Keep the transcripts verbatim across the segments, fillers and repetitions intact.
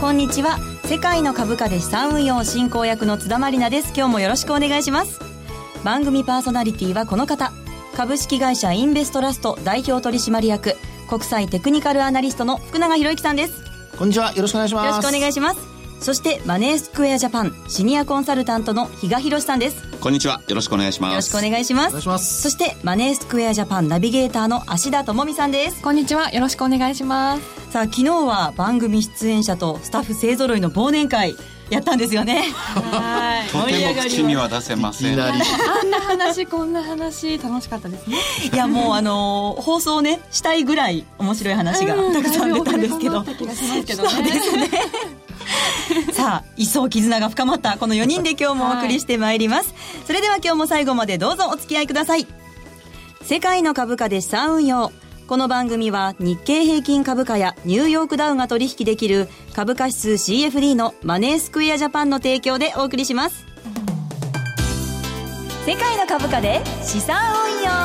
こんにちは。世界の株価で資産運用進行役の津田まりなです。今日もよろしくお願いします。番組パーソナリティはこの方、株式会社インベストラスト代表取締役国際テクニカルアナリストの福永博之さんです。 こんにちは、よろしくお願いします。 よろしくお願いします。そしてマネースクエアジャパンシニアコンサルタントの比嘉博さんです。 こんにちは、よろしくお願いします。 よろしくお願いします。 お願いします。 そしてマネースクエアジャパンナビゲーターの芦田智美さんです。 こんにちは、よろしくお願いします。 さあ、昨日は番組出演者とスタッフ勢ぞろいの忘年会やったんですよね。 はい、 とても口には出せません。 あんな話こんな話楽しかったですね。 いや、もうあのー、放送ねしたいぐらい面白い話がたくさん出たんですけど、 気がしますけどね。 そうですね。さあ、一層絆が深まったこのよにんで今日もお送りしてまいります、はい、それでは今日も最後までどうぞお付き合いください。世界の株価で資産運用。この番組は日経平均株価やニューヨークダウが取引できる株価指数 シーエフディー のマネースクエアジャパンの提供でお送りします。世界の株価で資産運用。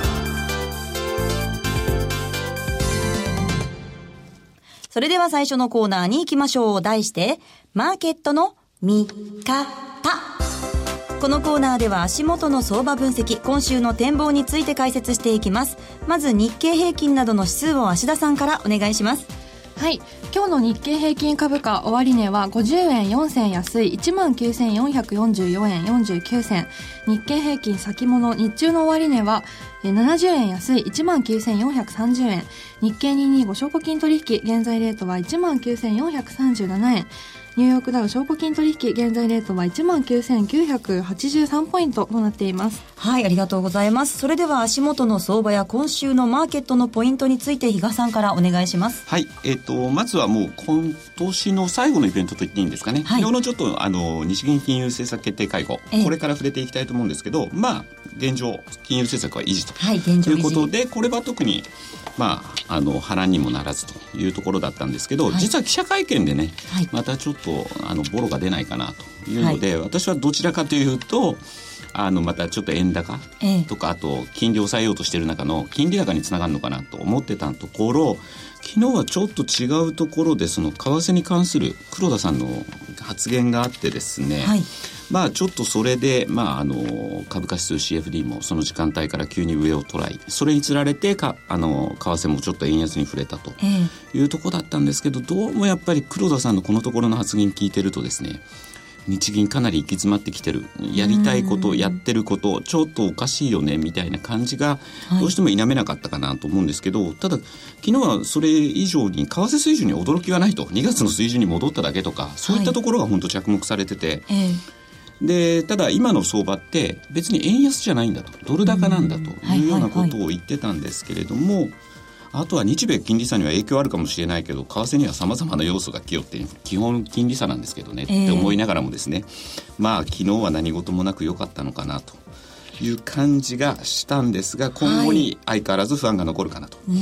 それでは最初のコーナーに行きましょう。題してマーケットの見方。このコーナーでは足元の相場分析、今週の展望について解説していきます。まず日経平均などの指数を芦田さんからお願いします。 はい、今日の日経平均株価終値はごじゅうえんよんせん安い いちまんきゅうせんよんひゃくよんじゅうよんえんよんじゅうきゅうせん。日経平均先物日中の終値はななじゅうえん安い いちまんきゅうせんよんひゃくさんじゅうえん。日経にひゃくにじゅうご証拠金取引現在レートは いちまんきゅうせんよんひゃくさんじゅうななえん。ニューヨークダウ証拠金取引現在レートは いちまんきゅうせんきゅうひゃくはちじゅうさんポイントとなっています。 はい、ありがとうございます。それでは足元の相場や今週のマーケットのポイントについて比嘉さんからお願いします。 はい、えー、とまずはもう今年の最後のイベントと言っていいんですかね、はい、昨日のちょっとあの日銀金融政策決定会合、えー、これから触れていきたいと思うんですけど、まあ現状金融政策は維持と、はい、現状維持ということで、これは特にまあ、あの波乱にもならずというところだったんですけど、はい、実は記者会見でね、はい、またちょっとあのボロが出ないかなというので、はい、私はどちらかというとあのまたちょっと円高とか、ええ、あと金利を抑えようとしている中の金利高につながるのかなと思ってたところ、昨日はちょっと違うところでその為替に関する黒田さんの発言があってですね、はい、まあ、ちょっとそれで、まあ、あの株価指数 シーエフディー もその時間帯から急に上を捉え、それにつられてかあの為替もちょっと円安に触れたというところだったんですけど、どうもやっぱり黒田さんのこのところの発言聞いてるとですね、日銀かなり行き詰まってきてる、やりたいことやってることちょっとおかしいよねみたいな感じがどうしても否めなかったかなと思うんですけど、はい、ただ昨日はそれ以上に為替水準に驚きはないと、にがつの水準に戻っただけとか、そういったところが本当着目されてて、はい、でただ今の相場って別に円安じゃないんだと、ドル高なんだというようなことを言ってたんですけれども、はいはいはい、あとは日米金利差には影響あるかもしれないけど、為替には様々な要素が寄与って基本金利差なんですけどね、えー、って思いながらもですね、まあ昨日は何事もなく良かったのかなという感じがしたんですが、今後に相変わらず不安が残るかなと、はい、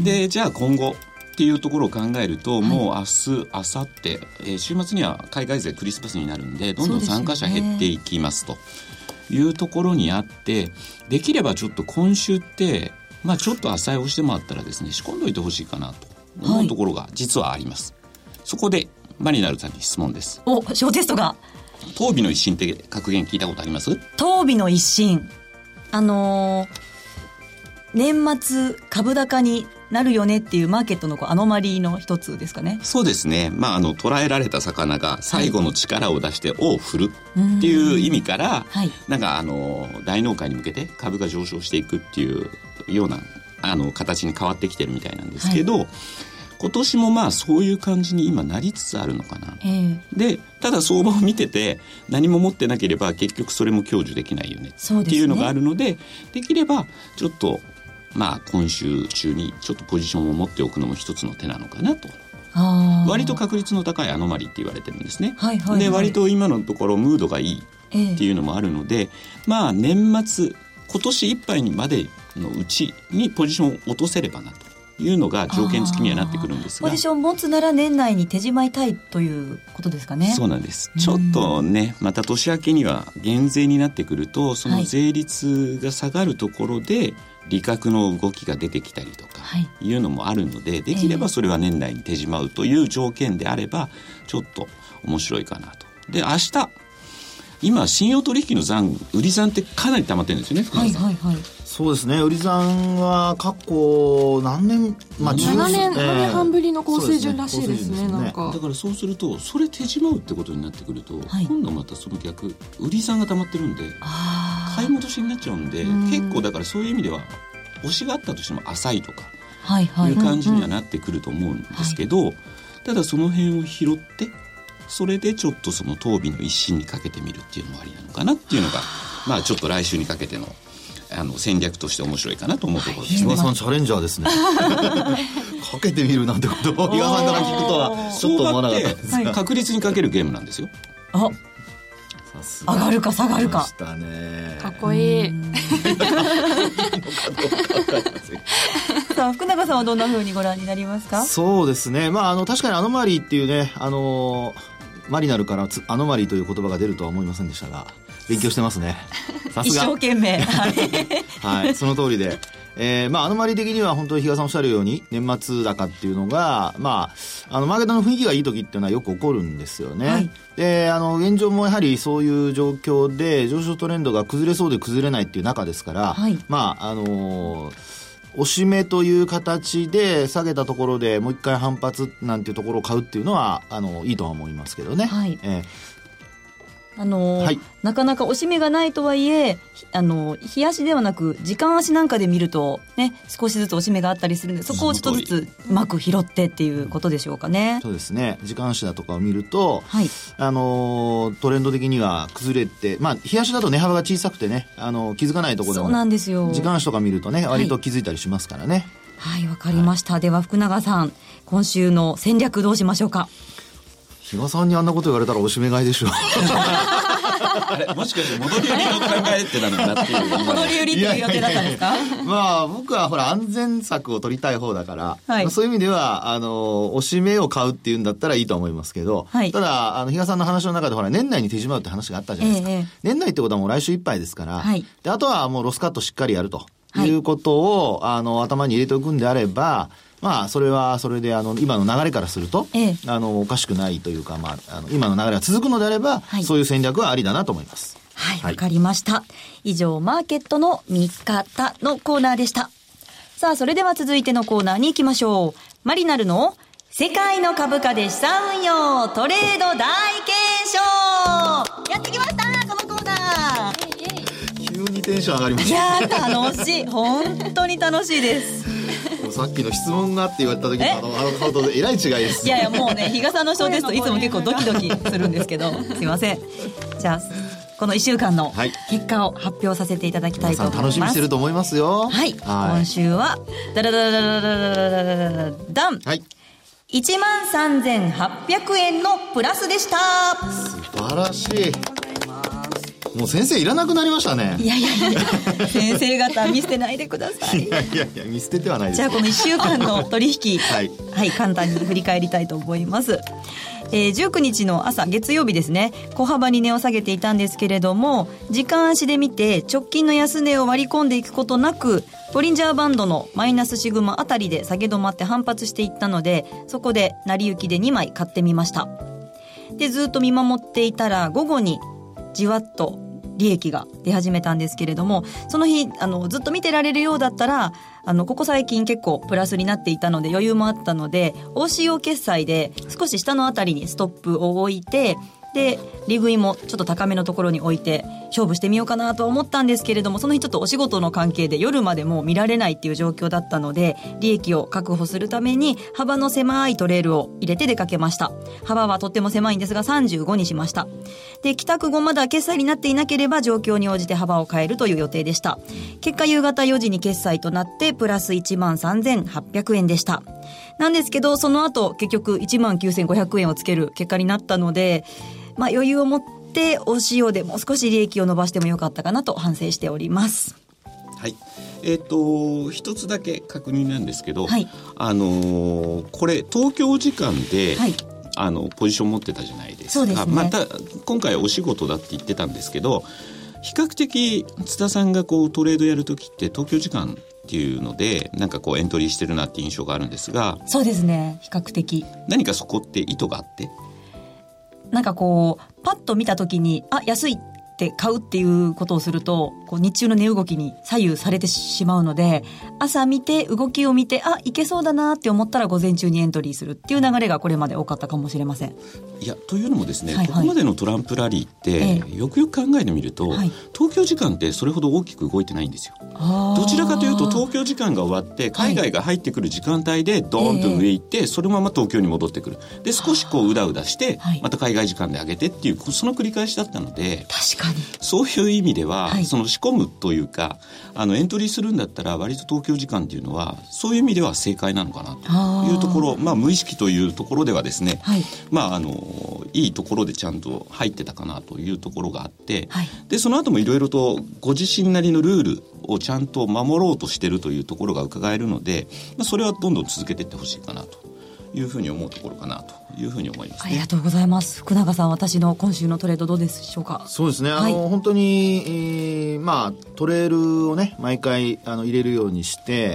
でじゃあ今後っていうところを考えると、はい、もう明日明後日、えー、週末には海外勢クリスマスになるんでどんどん参加者減っていきますというところにあって、できればちょっと今週ってまあ、ちょっと浅い押しでもあったらですね、仕込んどいてほしいかなと思うところが実はあります、はい、そこでマリナルさんに質問です。 お、小テストが。 当備の一新って格言聞いたことあります？ 当備の一新、あのー、年末株高になるよねっていうマーケットのこうアノマリーの一つですかね。 そうですね、まあ、あの捉えられた魚が最後の力を出して尾を振るっていう意味から、はい、なんかあの大納会に向けて株が上昇していくっていうようなあの形に変わってきてるみたいなんですけど、はい、今年もまあそういう感じに今なりつつあるのかな、えー、でただ相場を見てて何も持ってなければ結局それも享受できないよねっていうのがあるの で, で, できればちょっとまあ今週中にちょっとポジションを持っておくのも一つの手なのかなと。あ、割と確率の高いアノマリって言われてるんですね、はいはいはい、で割と今のところムードがいいっていうのもあるので、えー、まあ年末今年いっぱいにまでのうちにポジションを落とせればなというのが条件付きにはなってくるんですが、 ポジション持つなら年内に手締まいたいということですかね。 そうなんです。ちょっとね、また年明けには減税になってくると、その税率が下がるところで利確の動きが出てきたりとかいうのもあるので、できればそれは年内に手締まうという条件であればちょっと面白いかなと。で、明日今信用取引の残売り残ってかなり溜まってるんですよね。 はいはいはい。 そうですね、売り残は過去何年、まあ、 ななねん、えー、ななねんはんぶりの高水準らしいですね。なんかだからそうするとそれ手締まうってことになってくると、はい、今度またその逆売り残が溜まってるんで買い戻しになっちゃうんで、うん、結構だからそういう意味では押しがあったとしても浅いとかいう感じにはなってくると思うんですけど、はいはい、ただその辺を拾ってそれでちょっとその当尾の一心にかけてみるっていうのもありなのかなっていうのが、まあちょっと来週にかけてのあの戦略として面白いかなと思うところですね。 比嘉さんチャレンジャーですねかけてみるなんてことを比嘉さんから聞くとはちょっと思わなかったですが、はい、 確率にかけるゲームなんですよ。 あ、上がるか下がるか、 ね、 かっこいいさあ福永さんはどんな風にご覧になりますか？ そうですね、まあ、あの確かにアノマリーっていうね、あのマリナルからアノマリーという言葉が出るとは思いませんでしたが勉強してますね。さすが一生懸命はい、その通りで、えーまあ、アノマリー的には本当に比嘉さんおっしゃるように年末高っていうのが、まあ、あのマーケットの雰囲気がいい時っていうのはよく起こるんですよね、はい、であの現状もやはりそういう状況で上昇トレンドが崩れそうで崩れないっていう中ですから、はい、まああのー押し目という形で下げたところでもう一回反発なんていうところを買うっていうのはあのいいとは思いますけどね、はい、えーあのーはい、なかなか押し目がないとはいえ、あのー、日足ではなく時間足なんかで見ると、ね、少しずつ押し目があったりするのでそこをちょっとずつうまく拾ってっていうことでしょうかね。 そうですね、時間足だとかを見ると、はい、あのー、トレンド的には崩れて、まあ、日足だと値幅が小さくてね、あのー、気づかないところでもそうなんですよ、 時間足とか見るとね割と気づいたりしますからね。 はい、わ、はい、かりました、はい、では福永さん今週の戦略どうしましょうか？ 比嘉さんにあんなこと言われたら押し目買いでしょあれもしかして戻り売りの考えってなのかなっていう戻り売りっていう予定だったんですか？ まあ僕はほら安全策を取りたい方だから、はい、まあ、そういう意味ではあの押し目を買うっていうんだったらいいと思いますけど、はい、ただあの比嘉さんの話の中でほら年内に手締まうって話があったじゃないですか、ええ、年内ってことはもう来週いっぱいですから、はい、であとはもうロスカットしっかりやるということを、はい、あの頭に入れておくんであれば、まあ、それはそれであの今の流れからすると、ええ、あのおかしくないというか、まあ、あの今の流れが続くのであれば、はい、そういう戦略はありだなと思います。 はい、わ、はい、かりました。以上マーケットの見方のコーナーでした。さあそれでは続いてのコーナーに行きましょう。マリナルの世界の株価で資産運用トレード大検証、やってきましたこのコーナー。 急にテンション上がりました。 いや楽しい、本当に楽しいです。 さっきの質問がって言われた時にあのあの顔とえらい違いです。 いやいやもうね比嘉さんのショーですといつも結構ドキドキするんですけどすいません。じゃあこのいっしゅうかんの結果を発表させていただきたいと思います。 楽しみにしてると思いますよ。 はい、はい、今週はダラダラダラダラダラダラダン、はい、いちまんさんぜんはっぴゃくえんのプラスでした。 素晴らしい。もう先生いらなくなりましたね。 いやいやいや先生方見捨てないでください。 いやいやいや見捨ててはないです。 じゃあこのいっしゅうかんの取引はい、はい、簡単に振り返りたいと思います。えー、じゅうくにちの朝月曜日ですね、小幅に値を下げていたんですけれども時間足で見て直近の安値を割り込んでいくことなくボリンジャーバンドのマイナスシグマあたりで下げ止まって反発していったのでそこで成り行きでにまい買ってみました。でずっと見守っていたら午後にじわっと利益が出始めたんですけれどもその日あのずっと見てられるようだったらあのここ最近結構プラスになっていたので余裕もあったので オーシーオー 決済で少し下のあたりにストップを置いてで利食いもちょっと高めのところに置いて勝負してみようかなと思ったんですけれどもその日ちょっとお仕事の関係で夜までもう見られないっていう状況だったので利益を確保するために幅の狭いトレールを入れて出かけました。幅はとっても狭いんですがさんじゅうごにしました。で帰宅後まだ決済になっていなければ状況に応じて幅を変えるという予定でした。結果夕方よじに決済となってプラスいちまんさんぜんはっぴゃくえんでした。なんですけどその後結局いちまんきゅうせんごひゃくえんをつける結果になったのでまあ、余裕を持って オーシーオー でもう少し利益を伸ばしてもよかったかなと反省しております。 はい、えー、と一つだけ確認なんですけど、はい、あのー、これ東京時間で、はい、あのポジション持ってたじゃないですか。 そうですね。 また今回お仕事だって言ってたんですけど、比較的津田さんがこうトレードやるときって東京時間っていうのでなんかこうエントリーしてるなっていう印象があるんですが。 そうですね、比較的。 何かそこって意図があって、 なんかこうパッと見たときにあ安いって買うっていうことをするとこう日中の値動きに左右されてしまうので、朝見て動きを見てあいけそうだなって思ったら午前中にエントリーするっていう流れがこれまで多かったかもしれません。 いやというのもですね、はいはい、ここまでのトランプラリーって、ええ、よくよく考えてみると、はい、東京時間ってそれほど大きく動いてないんですよ。どちらかというと東京時間が終わって海外が入ってくる時間帯でドーンと上行って、はい、そのまま東京に戻ってくる。で少しこううだうだしてまた海外時間で上げてっていうその繰り返しだったので、 確かにそういう意味では、はい、その仕込むというかあのエントリーするんだったら割と東京時間っていうのはそういう意味では正解なのかなというところ、まあ、無意識というところではですね、はい、まあ、あのいいところでちゃんと入ってたかなというところがあって、はい、でその後もいろいろとご自身なりのルールをちゃんと守ろうとしているというところが伺えるので、まあ、それはどんどん続けていってほしいかなというふうに思うところかなというふうに思いますね。 ありがとうございます。福永さん、私の今週のトレードどうでしょうか。 そうですね、あの、はい、本当に、えーまあ、トレールをね毎回あの入れるようにして、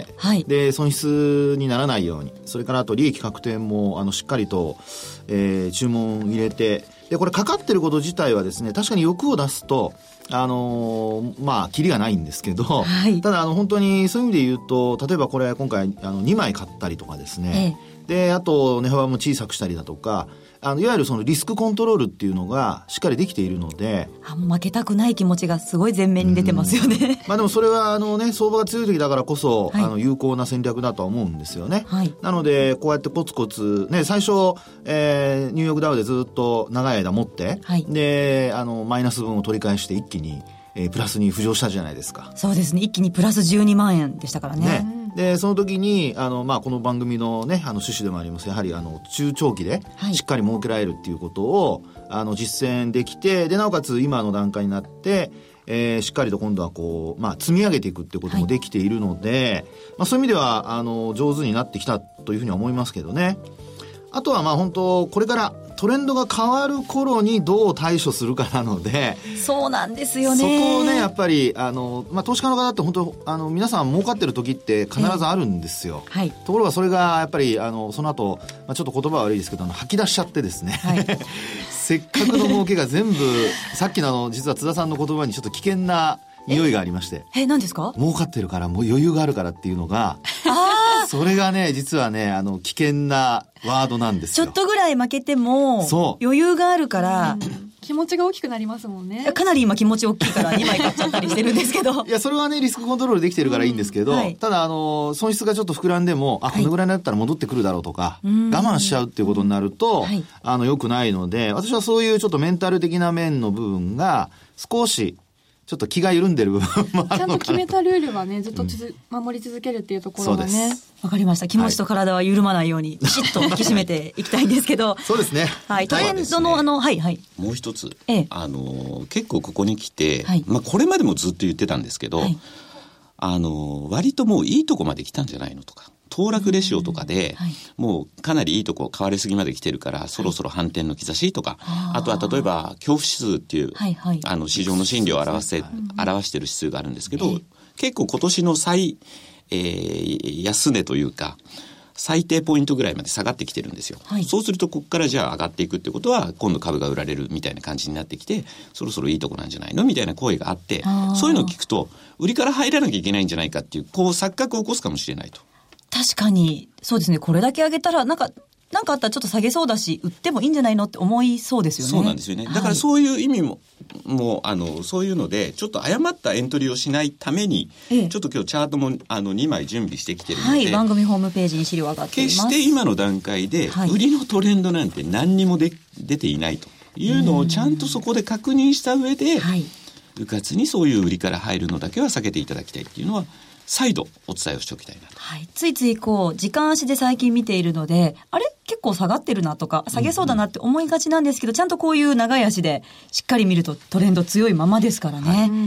はい、で損失にならないように、それからあと利益確定もあのしっかりと、えー、注文入れて、でこれかかってること自体はですね、確かに欲を出すとあのー、まあキリがないんですけど、はい、ただあの本当にそういう意味で言うと、例えばこれ今回あのにまい買ったりとかですね、ええ、であと値幅も小さくしたりだとか、あのいわゆるそのリスクコントロールっていうのがしっかりできているので、 あもう負けたくない気持ちがすごい前面に出てますよね。 まあでもそれはあのね相場が強い時だからこそ、はい、あの有効な戦略だとは思うんですよね。はい、なのでこうやってコツコツね、最初、えー、ニューヨークダウでずっと長い間持って、はい、であのマイナス分を取り返して一気に、えー、プラスに浮上したじゃないですか。 そうですね、一気にプラスじゅうにまんえんでしたからね。ねでその時にあの、まあ、この番組の、ね、あの趣旨でもあります、やはりあの中長期でしっかり儲けられるっていうことを、はい、あの実践できて、でなおかつ今の段階になって、えー、しっかりと今度はこう、まあ、積み上げていくっていうこともできているので、はい、まあ、そういう意味ではあの上手になってきたというふうには思いますけどね。あとはまあ本当これからトレンドが変わる頃にどう対処するかなので、 そうなんですよね。 そこをねやっぱりあの、まあ、投資家の方って本当あの皆さん儲かってる時って必ずあるんですよ。えーはい、ところがそれがやっぱりあのその後、まあ、ちょっと言葉は悪いですけど吐き出しちゃってですね、はい、せっかくの儲けが全部さっきのあの実は津田さんの言葉にちょっと危険な匂いがありまして、 え、え何ですか？ 儲かってるからもう余裕があるからっていうのがそれがね実はねあの危険なワードなんですよ。 ちょっとぐらい負けても余裕があるから、うん、 気持ちが大きくなりますもんね。 かなり今気持ち大きいからにまい買っちゃったりしてるんですけどいやそれはねリスクコントロールできてるからいいんですけど、うんはい、ただあの損失がちょっと膨らんでもあこのぐらいになったら戻ってくるだろうとか、はい、我慢しちゃうっていうことになると、はい、あの良くないので、私はそういうちょっとメンタル的な面の部分が少しちょっと気が緩んでる部分もあるのかな。 ちゃんと決めたルールはねずっとつ、うん、守り続けるっていうところがね。 わかりました。気持ちと体は緩まないように、はい、しっと引き締めていきたいんですけどそうですね、 はい、トレンドの、ね、あのはいはいもう一つ、ええ、あの結構ここに来て、はい、まあ、これまでもずっと言ってたんですけど、はい、あの割ともういいとこまで来たんじゃないのとか、騰落レシオとかで、はい、もうかなりいいとこ買われすぎまで来てるからそろそろ反転の兆しとか、はい、あとは例えば恐怖指数っていう、はいはい、あの市場の心理を表せ、はい、表している指数があるんですけど、えー、結構今年の最、えー、安値というか最低ポイントぐらいまで下がってきてるんですよ、はい、そうするとここからじゃあ上がっていくってことは今度株が売られるみたいな感じになってきて、そろそろいいとこなんじゃないのみたいな声があって、そういうのを聞くと売りから入らなきゃいけないんじゃないかっていうこう錯覚を起こすかもしれないと。 確かにそうですね。これだけ上げたらなんかなんかあったらちょっと下げそうだし売ってもいいんじゃないのって思いそうですよね。 そうなんですよね。だからそういう意味も、はい、もうあのそういうのでちょっと誤ったエントリーをしないために、ええ、ちょっと今日チャートもあのにまい準備してきてるので、はい、 番組ホームページに資料上がっています。 決して今の段階で売りのトレンドなんて何にもで出ていないというのをちゃんとそこで確認した上で、はい、うかつにそういう売りから入るのだけは避けていただきたいっていうのは再度お伝えをしておきたいなと、 はい、ついついこう時間足で最近見ているのであれ結構下がってるなとか下げそうだなって思いがちなんですけど、うんうん、ちゃんとこういう長い足でしっかり見るとトレンド強いままですからね、はい、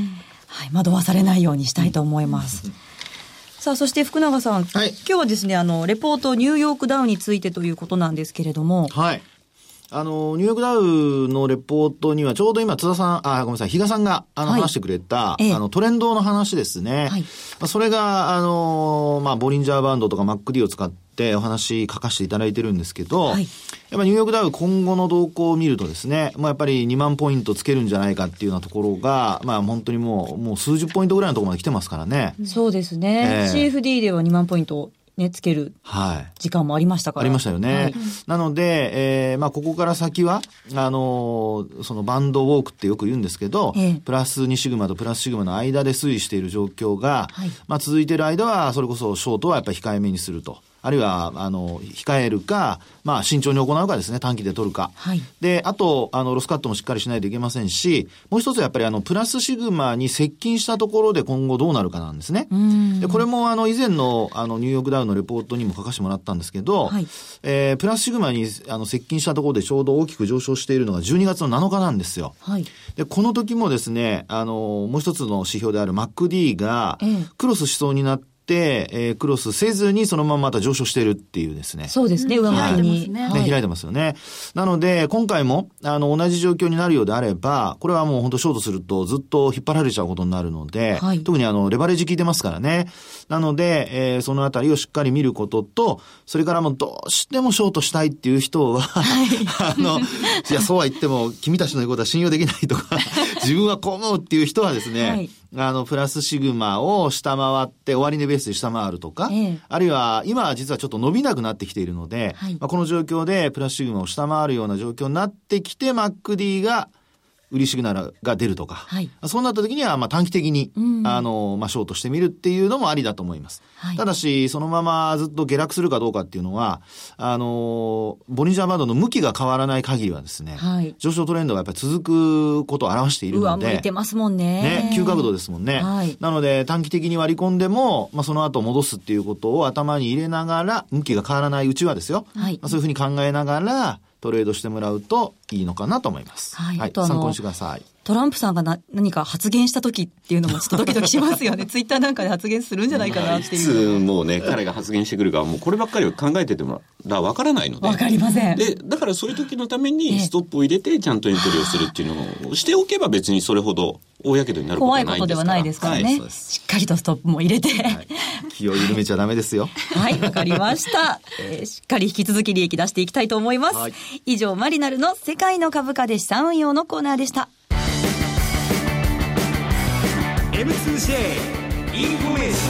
はい、惑わされないようにしたいと思います。うんさあ、そして福永さん、はい、今日はですね、あの、レポートニューヨークダウについてということなんですけれども。 はい。あの、ニューヨークダウのレポートにはちょうど今津田さん、あ、ごめんなさい、比嘉さんがあの、はい、話してくれた、ええ、あの、トレンドの話ですね。はい。それが、あの、まあ、ボリンジャーバンドとか マックディー を使ってお話書かせていただいてるんですけど、はい、やっぱニューヨークダウ今後の動向を見るとですね、まあ、やっぱりにまんポイントつけるんじゃないかっていうようなところが、まあ、本当にもう、もう数十ポイントぐらいのところまで来てますからね。 そうですね。えー、シーエフディー ではにまんポイント。ね、つける時間もありましたから、 はい、ありましたよね、はい、なので、えーまあ、ここから先はあのー、そのバンドウォークってよく言うんですけど、ええ、プラスにシグマとプラスシグマの間で推移している状況が、はい、まあ、続いている間はそれこそショートはやっぱり控えめにすると、あるいはあの控えるか、まあ、慎重に行うかですね、短期で取るか、はい、であとあのロスカットもしっかりしないといけませんし、もう一つはやっぱりあのプラスシグマに接近したところで今後どうなるかなんですね。でこれもあの以前のあのニューヨークダウのレポートにも書かせてもらったんですけど、はい、えー、プラスシグマにあの接近したところでちょうど大きく上昇しているのがじゅうにがつのなのかなんですよ。はい、でこの時もですね、あのもう一つの指標である マックディー がクロスしそうになってで、えー、クロスせずにそのまままた上昇しているっていうですね。 そうですね、上向きに、 はい、ね、開いてますよね。なので今回もあの同じ状況になるようであれば、これはもう本当ショートするとずっと引っ張られちゃうことになるので、はい、特にあのレバレッジ効いてますからね。なので、えー、そのあたりをしっかり見ることと、それからもうどうしてもショートしたいっていう人は、はい、あのいやそうは言っても君たちの言うことは信用できないとか自分はこう思うっていう人はですね、はい、あのプラスシグマを下回って終値ベースで下回るとか、ええ、あるいは今は実はちょっと伸びなくなってきているので、はい、まあ、この状況でプラスシグマを下回るような状況になってきて マックディー が売りシグナルが出るとか、はい、そうなった時にはまあ短期的に、うん、あのまあショートしてみるっていうのもありだと思います、はい、ただしそのままずっと下落するかどうかっていうのはあのボリンジャーバンドの向きが変わらない限りはですね、はい、上昇トレンドがやっぱり続くことを表しているので、 上向いてますもんね。 ね、急角度ですもんね、はい、なので短期的に割り込んでも、まあ、その後戻すっていうことを頭に入れながら、向きが変わらないうちはですよ、はい、まあ、そういうふうに考えながらトレードしてもらうといいのかなと思います。はい、はい、参考にしてください。 トランプさんがな何か発言した時っていうのもちょっとドキドキしますよね。ツイッターなんかで発言するんじゃないかなっていう。 いつもうね、彼が発言してくるからもうこればっかり考えててもらわからないので。 わかりません。 で、だからそういう時のためにストップを入れてちゃんとエントリーをするっていうのをしておけば別にそれほど大やけどになることはないんですから。怖いことではないですからね。はい、 しっかりとストップも入れて。はい、 気を緩めちゃダメですよ。 はい、わかりました、えー。しっかり引き続き利益出していきたいと思います。はい、以上、マリナルの世界の株価で資産運用のコーナーでした。エムツージェー インフォメーション。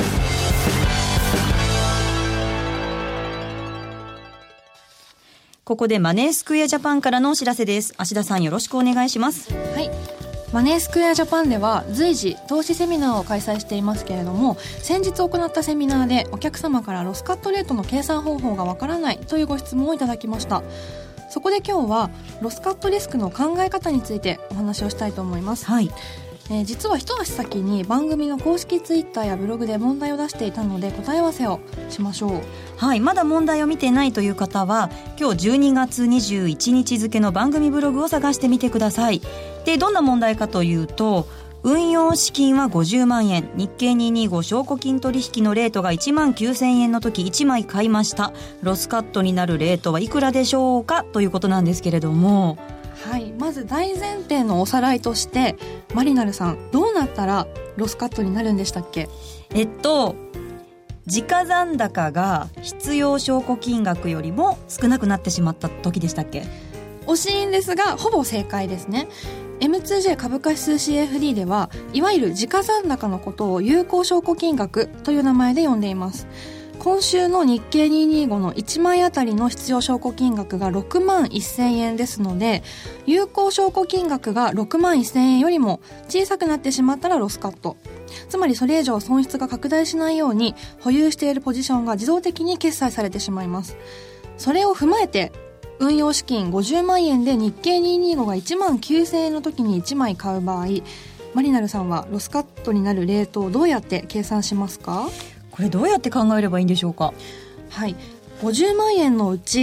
ここでマネースクエアジャパンからのお知らせです。芦田さん、よろしくお願いします。 はい、マネースクエアジャパンでは随時投資セミナーを開催していますけれども、先日行ったセミナーでお客様からロスカットレートの計算方法がわからないというご質問をいただきました。そこで今日はロスカットリスクの考え方についてお話をしたいと思います。はい、えー、実は一足先に番組の公式ツイッターやブログで問題を出していたので答え合わせをしましょう。 はい、まだ問題を見てないという方は今日じゅうにがつにじゅういちにち付の番組ブログを探してみてください。で、どんな問題かというと、運用資金はごじゅうまんえん、日経にひゃくにじゅうご証拠金取引のレートがいちまんきゅうせんえんの時いちまい買いました。ロスカットになるレートはいくらでしょうかということなんですけれども、 はい、まず大前提のおさらいとして、マリナルさん、どうなったらロスカットになるんでしたっけ？ えっと時価残高が必要証拠金額よりも少なくなってしまった時でしたっけ？ 惜しいんですがほぼ正解ですね。 エムツージェー 株価指数 シーエフディー ではいわゆる時価残高のことを有効証拠金額という名前で呼んでいます。今週の日経にひゃくにじゅうごのいちまいあたりの必要証拠金額がろくまんせんえんですので、有効証拠金額がろくまんせんえんよりも小さくなってしまったらロスカット。つまりそれ以上損失が拡大しないように保有しているポジションが自動的に決済されてしまいます。それを踏まえて運用資金ごじゅうまんえんで日経にひゃくにじゅうごがいちまんきゅうせんえんの時にいちまい買う場合、マリナルさんはロスカットになるレートをどうやって計算しますか？ これどうやって考えればいいんでしょうか？ はい、ごじゅうまんえんのうち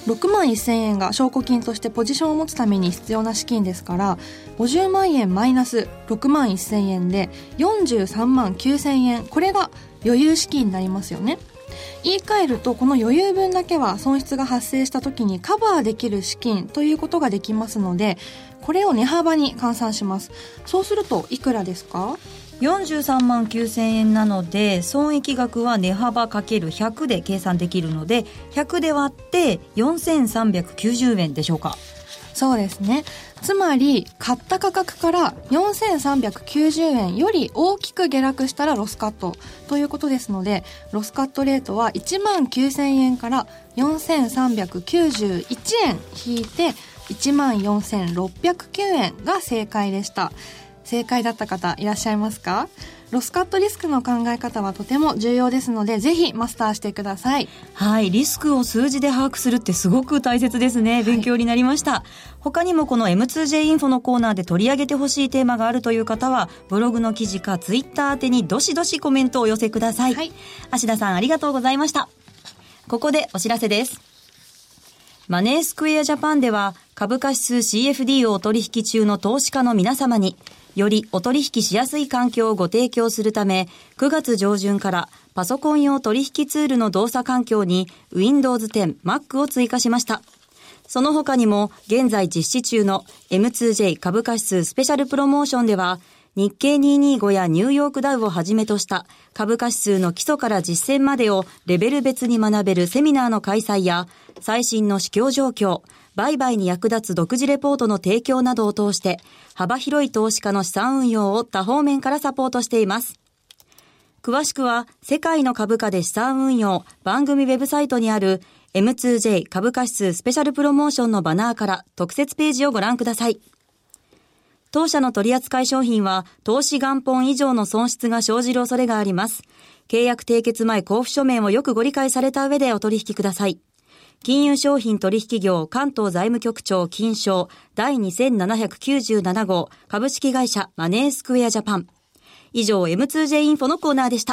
ろくまんせんえんが証拠金としてポジションを持つために必要な資金ですから、ごじゅうまんえんマイナスろくまんせんえんでよんじゅうさんまんきゅうせんえん、これが余裕資金になりますよね。言い換えると、この余裕分だけは損失が発生した時にカバーできる資金ということができますので、これを値幅に換算します。そうするといくらですか？ よんじゅうさんまんきゅうせんえんなので、損益額は値幅 ×ひゃく で計算できるので、ひゃくで割ってよんせんさんびゃくきゅうじゅうえんでしょうか？ そうですね。つまり買った価格からよんせんさんびゃくきゅうじゅうえんより大きく下落したらロスカットということですので、ロスカットレートはいちまんきゅうせんえんからよんせんさんびゃくきゅうじゅういちえん引いていちまんよんせんろっぴゃくきゅうえんが正解でした。正解だった方いらっしゃいますか？ロスカットリスクの考え方はとても重要ですので、ぜひマスターしてください。 はい、リスクを数字で把握するってすごく大切ですね。勉強になりました、はい、他にもこの エムツージェー インフォのコーナーで取り上げてほしいテーマがあるという方は、ブログの記事かツイッター宛てにどしどしコメントをお寄せください、はい、芦田さんありがとうございました。ここでお知らせです。マネースクエアジャパンでは株価指数 シーエフディー をお取引中の投資家の皆様によりお取引しやすい環境をご提供するため、くがつ上旬からパソコン用取引ツールの動作環境に ウィンドウズテン、マック を追加しました。その他にも現在実施中の エムツージェー 株価指数スペシャルプロモーションでは、日経にひゃくにじゅうごやニューヨークダウをはじめとした株価指数の基礎から実践までをレベル別に学べるセミナーの開催や、最新の市況状況、売買に役立つ独自レポートの提供などを通して、幅広い投資家の資産運用を多方面からサポートしています。詳しくは、世界の株価で資産運用番組ウェブサイトにある エムツージェー 株価指数スペシャルプロモーションのバナーから特設ページをご覧ください。当社の取扱商品は、投資元本以上の損失が生じる恐れがあります。契約締結前交付書面をよくご理解された上でお取引ください。金融商品取引業関東財務局長金賞第にせんななひゃくきゅうじゅうなな号株式会社マネースクエアジャパン。以上 エムツージェー インフォのコーナーでした。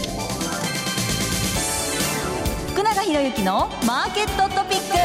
福永博之のマーケットトピック。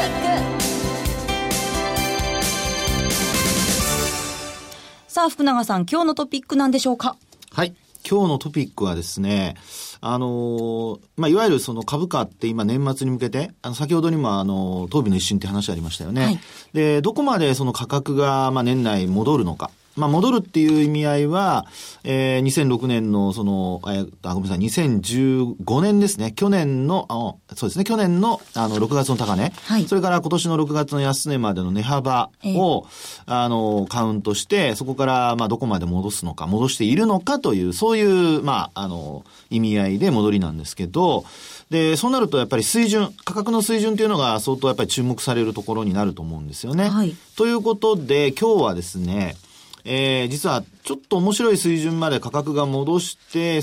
さあ福永さん、今日のトピックなんでしょうか？ はい、今日のトピックはですね、あのー、まあ、いわゆるその株価って今年末に向けて、あの、先ほどにもあの、当備の一瞬って話ありましたよね。はい、で、どこまでその価格が、まあ、年内戻るのか。まあ、戻るっていう意味合いは、えー、にせんろくねんのその、えー、あ、ごめんなさい、にせんじゅうごねんですね。去年の、あ、そうですね、去年の、あの、ろくがつの高値。はい。それから今年のろくがつの安値までの値幅を、えー、あの、カウントして、そこから、まあ、どこまで戻すのか、戻しているのかという、そういう、まあ、あの、意味合いで戻りなんですけど、で、そうなるとやっぱり水準、価格の水準というのが相当やっぱり注目されるところになると思うんですよね。はい。ということで、今日はですね、えー、実はちょっと面白い水準まで価格が戻して、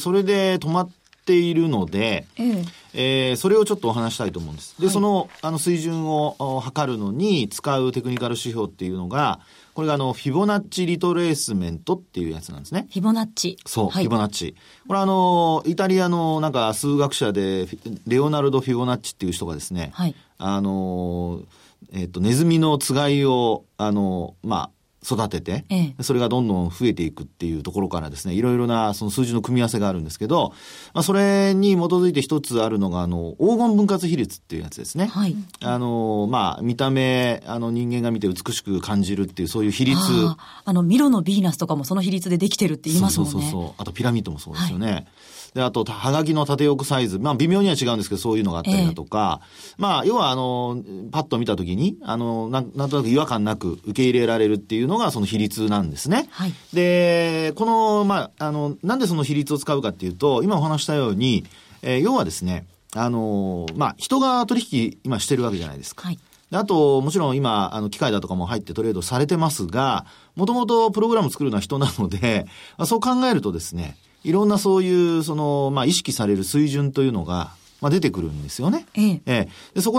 それで止まっているので、えええー、それをちょっとお話したいと思うんです。で、はい、その、あの水準を測るのに使うテクニカル指標っていうのが、これがあの、フィボナッチリトレースメントっていうやつなんですね。 フィボナッチ。 そう、はい、フィボナッチ。これあの、イタリアのなんか数学者で、レオナルド・フィボナッチっていう人がですね、はい、あの、えっと、ネズミのつがいを、あの、まあ、育てて、ええ、それがどんどん増えていくっていうところからですね、いろいろなその数字の組み合わせがあるんですけど、まあ、それに基づいて一つあるのが、あの、黄金分割比率っていうやつですね。はい。あの、まあ、見た目、あの、人間が見て美しく感じるっていう、そういう比率。 あ, あの、ミロのヴィーナスとかもその比率でできてるって言いますもんね。 そうそうそう。あと、ピラミッドもそうですよね。はい、で、あと、はがきの縦奥サイズ。まあ、微妙には違うんですけど、そういうのがあったりだとか。ええ、まあ、要は、あの、パッと見たときに、あのな、なんとなく違和感なく受け入れられるっていうのが、その比率なんですね。はい。で、この、まあ、あの、なんでその比率を使うかっていうと、今お話したように、えー、要はですね、あの、まあ、人が取引今してるわけじゃないですか。はい。で、あと、もちろん今、あの、機械だとかも入ってトレードされてますが、もともとプログラム作るのは人なので、まあ、そう考えるとですね、いろんなそういう、その、まあ、意識される水準というのが、まあ、出てくるんですよね。ええ。ええ。で、そこで、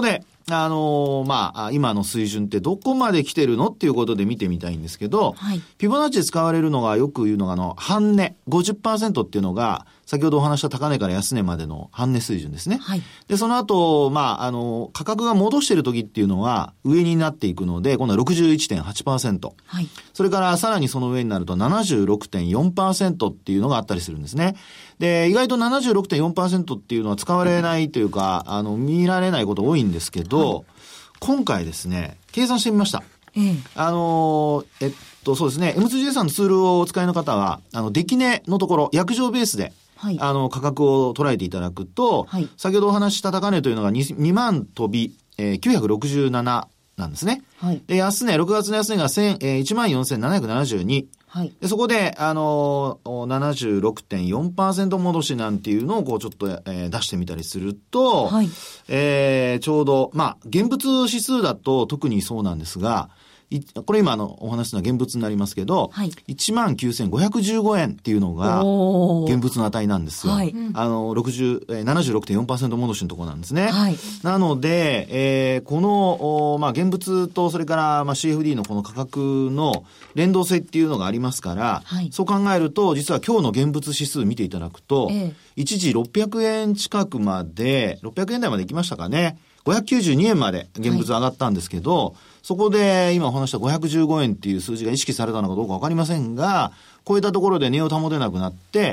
あのー、まあ、今の水準ってどこまで来てるのっていうことで見てみたいんですけど、はい、フィボナッチで使われるのがよく言うのが、あの、半値、ごじゅっパーセント っていうのが、先ほどお話した高値から安値までの半値水準ですね。はい、で、その後、まあ、あの、価格が戻している時っていうのは上になっていくので、今度は ろくじゅういってんはちパーセント。はい、それからさらにその上になると ななじゅうろくてんよんパーセント っていうのがあったりするんですね。で、意外と ななじゅうろくてんよんパーセント っていうのは使われないというか、あの、見られないこと多いんですけど、はい、今回ですね、計算してみました。ええ、あの、えっと、そうですね、エムツージェー さんのツールをお使いの方は、あの、出来値のところ、約定ベースで、はい、あの、価格を捉えていただくと、はい、先ほどお話しした高値というのが 2, にまん飛び、えー、きゅうひゃくろくじゅうなななんですね。はい、で、安値、ろくがつの安値が、えー、いちまんよんせんななひゃくななじゅうに。はい、でそこで、あのー、ななじゅうろくてんよんパーセント 戻しなんていうのをこうちょっと、えー、出してみたりすると、はい、えー、ちょうど、まあ、現物指数だと特にそうなんですが、これ今のお話の現物になりますけど、はい、いちまんきゅうせんごひゃくじゅうごえんっていうのが現物の値なんですよ。はい、あの、ろくじゅう、ななじゅうろくてんよんパーセント 戻しのところなんですね。はい、なので、えー、この、まあ、現物とそれから、まあ、シーエフディー のこの価格の連動性っていうのがありますから、はい、そう考えると、実は今日の現物指数見ていただくと、ええ、一時ろっぴゃくえん近くまで、ろっぴゃくえん台まで行きましたかね。ごひゃくきゅうじゅうにえんまで現物上がったんですけど、はい、そこで今お話したごひゃくじゅうごえんっていう数字が意識されたのかどうかわかりませんが、超えたところで値を保てなくなって、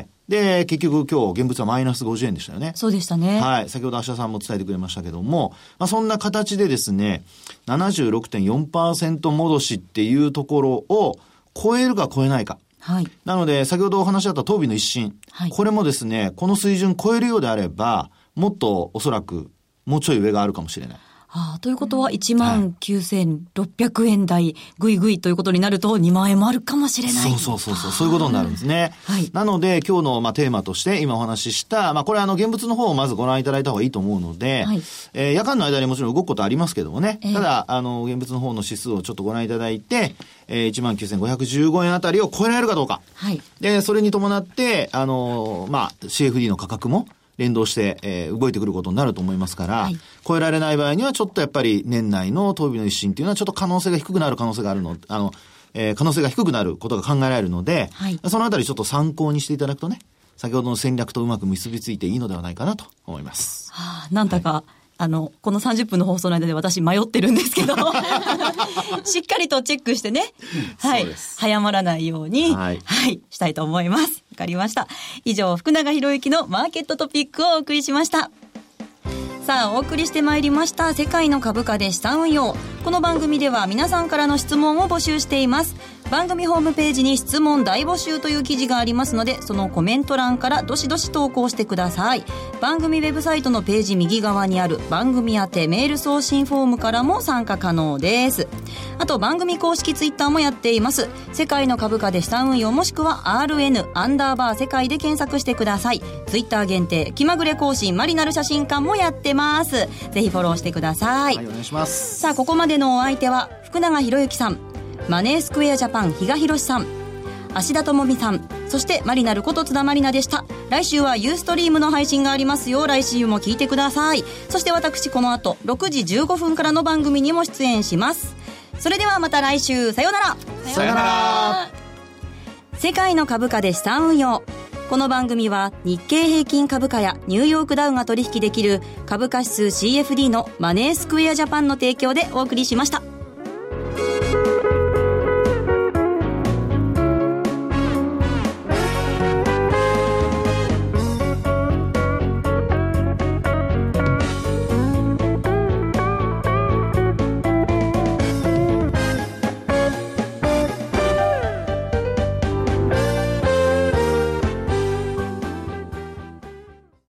で、結局今日現物はマイナスごじゅうえんでしたよね。 そうでしたね。 はい。先ほど芦田さんも伝えてくれましたけども、まあそんな形でですね、ななじゅうろくてんよんパーセント 戻しっていうところを超えるか超えないか。はい。なので、先ほどお話しあった当備の一新。はい。これもですね、この水準超えるようであれば、もっとおそらくもうちょい上があるかもしれない。 ああ、ということは いちまんきゅうせんろっぴゃくえん台ぐいぐいということになるとにまんえんもあるかもしれない。 そうそうそうそう、そういうことになるんですね。はい。なので今日のまあテーマとして今お話しした、まあこれあの現物の方をまずご覧いただいた方がいいと思うので、はい、えー、夜間の間にもちろん動くことありますけどもね、えー、ただあの現物の方の指数をちょっとご覧いただいて、えー、いちまんきゅうせんごひゃくじゅうごえんあたりを超えられるかどうか。はい。で、それに伴ってあのまあ シーエフディー の価格も連動して、えー、動いてくることになると思いますから、はい、超えられない場合にはちょっとやっぱり年内の当備の一新っていうのはちょっと可能性が低くなる可能性があるの、あの、えー、可能性が低くなることが考えられるので、はい、そのあたりちょっと参考にしていただくとね、先ほどの戦略とうまく結びついていいのではないかなと思います。 はあ、なんだか、はい、あの、このさんじゅっぷんの放送の間で私迷ってるんですけど、しっかりとチェックしてね、はい、早まらないように、はい、はい、したいと思います。わかりました。以上、福永博之のマーケットトピックをお送りしました。さあ、お送りしてまいりました世界の株価で資産運用。この番組では皆さんからの質問を募集しています。番組ホームページに質問大募集という記事がありますので、そのコメント欄からどしどし投稿してください。番組ウェブサイトのページ右側にある番組宛てメール送信フォームからも参加可能です。あと番組公式ツイッターもやっています。世界の株価で資産運用もしくは アールエヌ アンダーバー世界で検索してください。ツイッター限定気まぐれ更新マリナル写真館もやってます。ぜひフォローしてください。 はい、お願いします。 さあ、ここまでのお相手は福永博之さん、マネースクエアジャパン比嘉博さん、芦田智美さん、そしてマリナルこと津田まりなでした。来週はユーストリームの配信がありますよ。来週も聞いてください。そして私この後ろくじじゅうごふんからの番組にも出演します。それではまた来週、さようなら。 さようなら。 世界の株価で資産運用。この番組は日経平均株価やニューヨークダウが取引できる株価指数 シーエフディー のマネースクエアジャパンの提供でお送りしました。